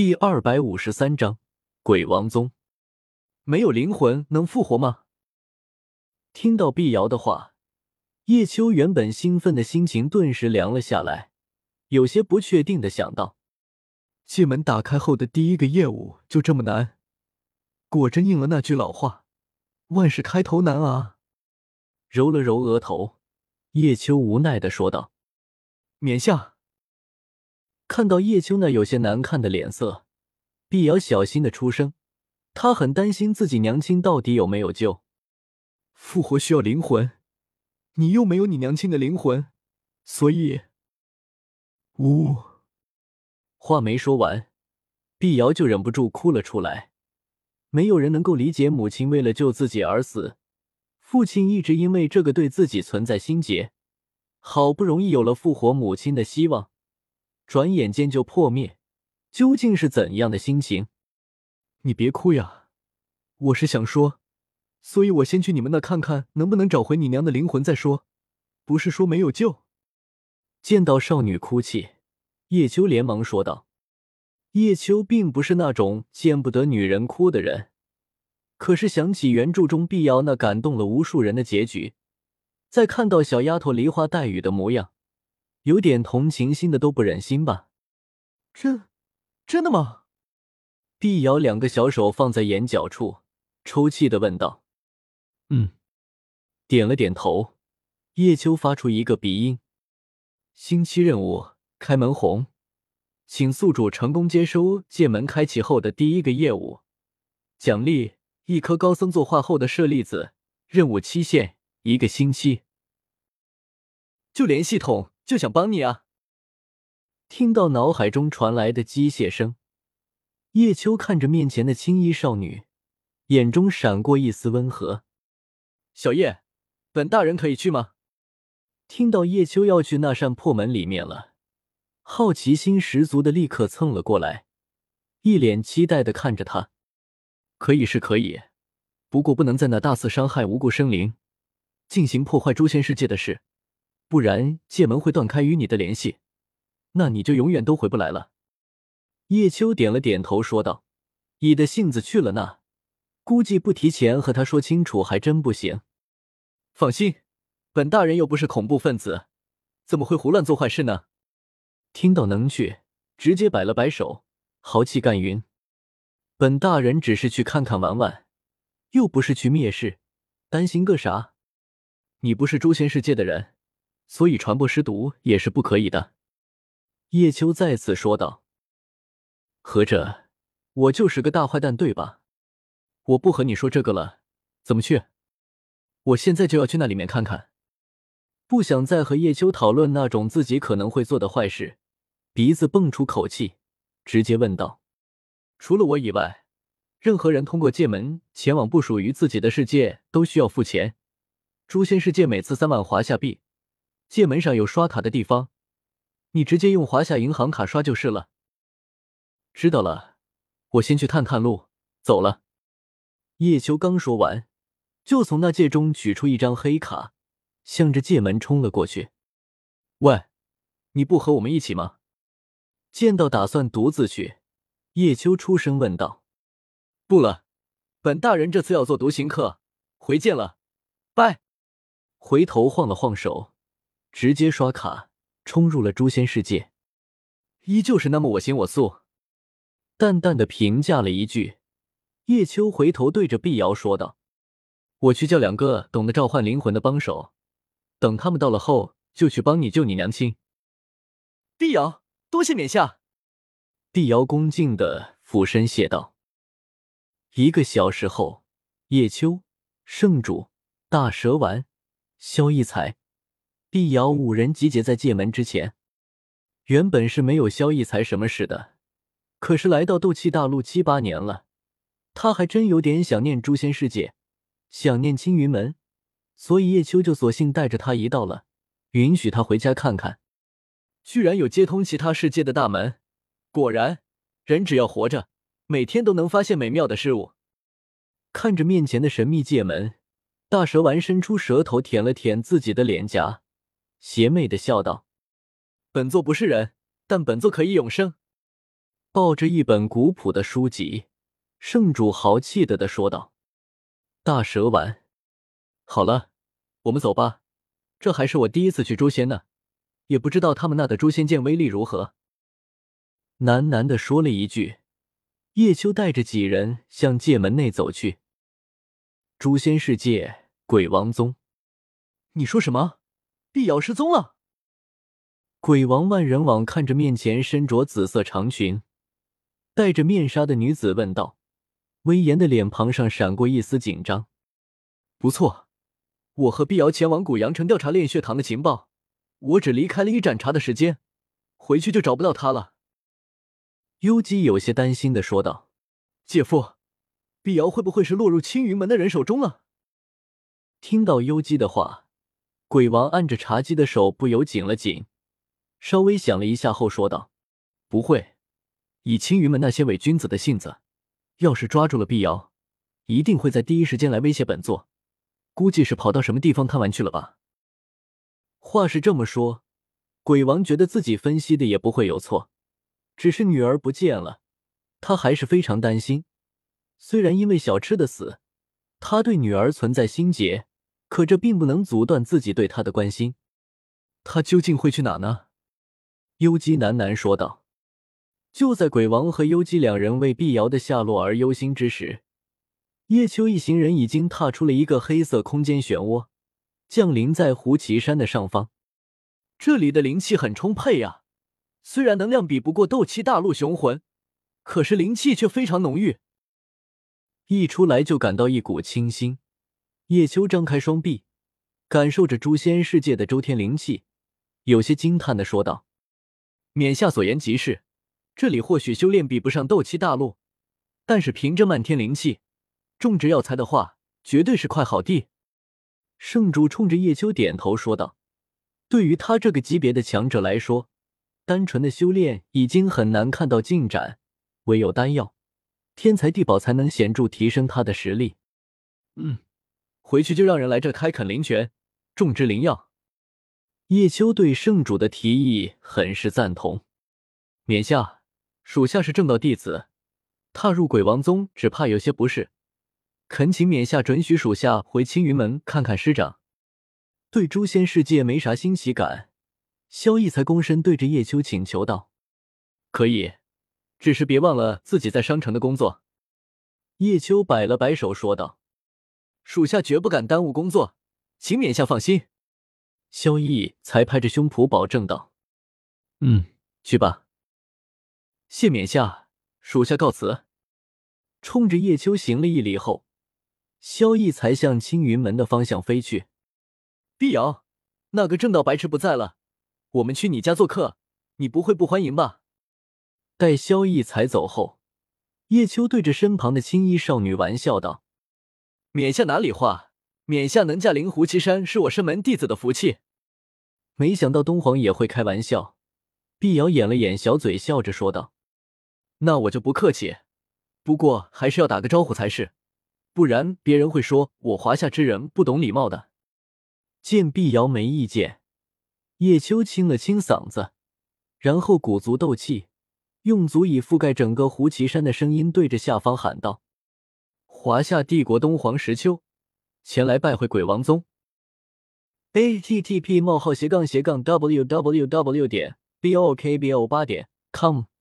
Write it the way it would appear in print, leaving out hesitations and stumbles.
第253章鬼王宗。没有灵魂能复活吗？听到碧瑶的话，叶秋原本兴奋的心情顿时凉了下来，有些不确定的想到， 界门打开后的第一个业务就这么难，果真应了那句老话，万事开头难啊。 揉了揉额头，叶秋无奈的说道。 冕下。 看到叶秋那有些难看的脸色，碧瑶小心的出声，她很担心自己娘亲到底有没有救。 复活需要灵魂，你又没有你娘亲的灵魂，所以…… 话没说完，碧瑶就忍不住哭了出来。没有人能够理解母亲为了救自己而死，父亲一直因为这个对自己存在心结，好不容易有了复活母亲的希望，转眼间就破灭，究竟是怎样的心情？ 你别哭呀，我是想说，所以我先去你们那看看能不能找回你娘的灵魂再说，不是说没有救。 见到少女哭泣，叶秋连忙说道。叶秋并不是那种见不得女人哭的人，可是想起原著中碧瑶那感动了无数人的结局，再看到小丫头梨花带雨的模样，有点同情心的都不忍心吧。 真的吗？ 碧瑶两个小手放在眼角处，抽泣的问道。点了点头。叶秋发出一个鼻音。星期任务，开门红，请宿主成功接收界门开启后的第一个业务，奖励1颗高僧作画后的舍利子，任务期限1个星期。就连系统就想帮你啊！听到脑海中传来的机械声，叶秋看着面前的青衣少女，眼中闪过一丝温和。小叶，本大人可以去吗？听到叶秋要去那扇破门里面了，好奇心十足的立刻蹭了过来，一脸期待的看着他。可以是可以，不过不能在那大肆伤害无辜生灵，进行破坏诛仙世界的事，不然界门会断开与你的联系，那你就永远都回不来了。叶秋点了点头说道，你的性子去了那，估计不提前和他说清楚还真不行。放心，本大人又不是恐怖分子，怎么会胡乱做坏事呢？听到能去，直接摆了摆手，豪气干云。本大人只是去看看玩玩，又不是去灭世，担心个啥？你不是诛仙世界的人，所以传播尸毒也是不可以的。叶秋再次说道。合着我就是个大坏蛋对吧？我不和你说这个了，怎么去？我现在就要去那里面看看。不想再和叶秋讨论那种自己可能会做的坏事，鼻子蹦出口气，直接问道。除了我以外，任何人通过界门前往不属于自己的世界都需要付钱，诛仙世界每次3万华夏币，界门上有刷卡的地方，你直接用华夏银行卡刷就是了。知道了，我先去探探路，走了。叶秋刚说完，就从那戒中取出一张黑卡，向着界门冲了过去。喂，你不和我们一起吗？见到打算独自去，叶秋出声问道。不了，本大人这次要做独行客，回见了，拜。回头晃了晃手，直接刷卡冲入了诛仙世界。依旧是那么我行我素，淡淡的评价了一句。叶秋回头对着碧瑶说道，我去叫2个懂得召唤灵魂的帮手，等他们到了后就去帮你救你娘亲。碧瑶，多谢冕下。碧瑶恭敬的俯身谢道。1个小时后，叶秋、圣主、大蛇丸、萧逸才、碧瑶5人集结在界门之前。原本是没有萧逸才什么事的，可是来到斗气大陆7、8年了，他还真有点想念诛仙世界，想念青云门，所以叶秋就索性带着他一道了，允许他回家看看。居然有接通其他世界的大门，果然人只要活着，每天都能发现美妙的事物。看着面前的神秘界门，大蛇丸伸出舌头舔了舔自己的脸颊，邪魅的笑道，本座不是人，但本座可以永生。 抱着一本古朴的书籍，圣主豪气地说道：“大蛇丸，好了，我们走吧。这还是我第一次去诛仙呢，也不知道他们那的诛仙剑威力如何。”喃喃地说了一句，叶秋带着几人向界门内走去。诛仙世界，鬼王宗。 你说什么？碧瑶失踪了？ 鬼王万人网看着面前身着紫色长裙、戴着面纱的女子问道，威严的脸庞上闪过一丝紧张。 不错，我和碧瑶前往古阳城调查炼血堂的情报，我只离开了一盏茶的时间，回去就找不到她了。 幽姬有些担心地说道：“ 姐夫，碧瑶会不会是落入青云门的人手中了？” 听到幽姬的话，鬼王按着茶几的手不由紧了紧，稍微想了一下后说道：“不会，以青云门那些伪君子的性子，要是抓住了碧瑶，一定会在第一时间来威胁本座，估计是跑到什么地方贪玩去了吧。”话是这么说，鬼王觉得自己分析的也不会有错，只是女儿不见了，他还是非常担心。虽然因为小痴的死，他对女儿存在心结，可这并不能阻断自己对她的关心。 他究竟会去哪呢？ 幽姬喃喃说道。就在鬼王和幽姬两人为碧瑶的下落而忧心之时，叶秋一行人已经踏出了一个黑色空间漩涡，降临在胡岐山的上方。 这里的灵气很充沛呀，虽然能量比不过斗气大陆雄魂，可是灵气却非常浓郁。 一出来就感到一股清新，叶秋张开双臂，感受着诛仙世界的周天灵气，有些惊叹地说道：“ 冕下所言极是，这里或许修炼比不上斗气大陆，但是凭着漫天灵气，种植药材的话，绝对是块好地。” 圣主冲着叶秋点头说道：“对于他这个级别的强者来说，单纯的修炼已经很难看到进展，唯有丹药、天材地宝才能显著提升他的实力。” 回去就让人来这开垦灵泉，种植灵药。 叶秋对圣主的提议很是赞同。 冕下，属下是正道弟子，踏入鬼王宗只怕有些不适，恳请冕下准许属下回青云门看看师长。 对诛仙世界没啥新奇感，萧逸才躬身对着叶秋请求道：“ 可以，只是别忘了自己在商城的工作。” 叶秋摆了摆手说道：“ 属下绝不敢耽误工作，请冕下放心。” 萧逸才拍着胸脯保证道：“去吧。” 谢冕下，属下告辞。 冲着叶秋行了一礼后，萧逸才向青云门的方向飞去。 碧瑶，那个正道白痴不在了，我们去你家做客，你不会不欢迎吧？ 待萧逸才走后，叶秋对着身旁的青衣少女玩笑道：“ 冕下哪里话，冕下能驾临胡岐山是我身门弟子的福气。” 没想到东皇也会开玩笑，碧瑶掩了掩小嘴，笑着说道：“ 那我就不客气，不过还是要打个招呼才是，不然别人会说我华夏之人不懂礼貌的。” 见碧瑶没意见，叶秋清了清嗓子，然后鼓足斗气，用足以覆盖整个胡岐山的声音对着下方喊道：“ 华夏帝国东皇石丘，前来拜会鬼王宗。 http://www.blokbo8.com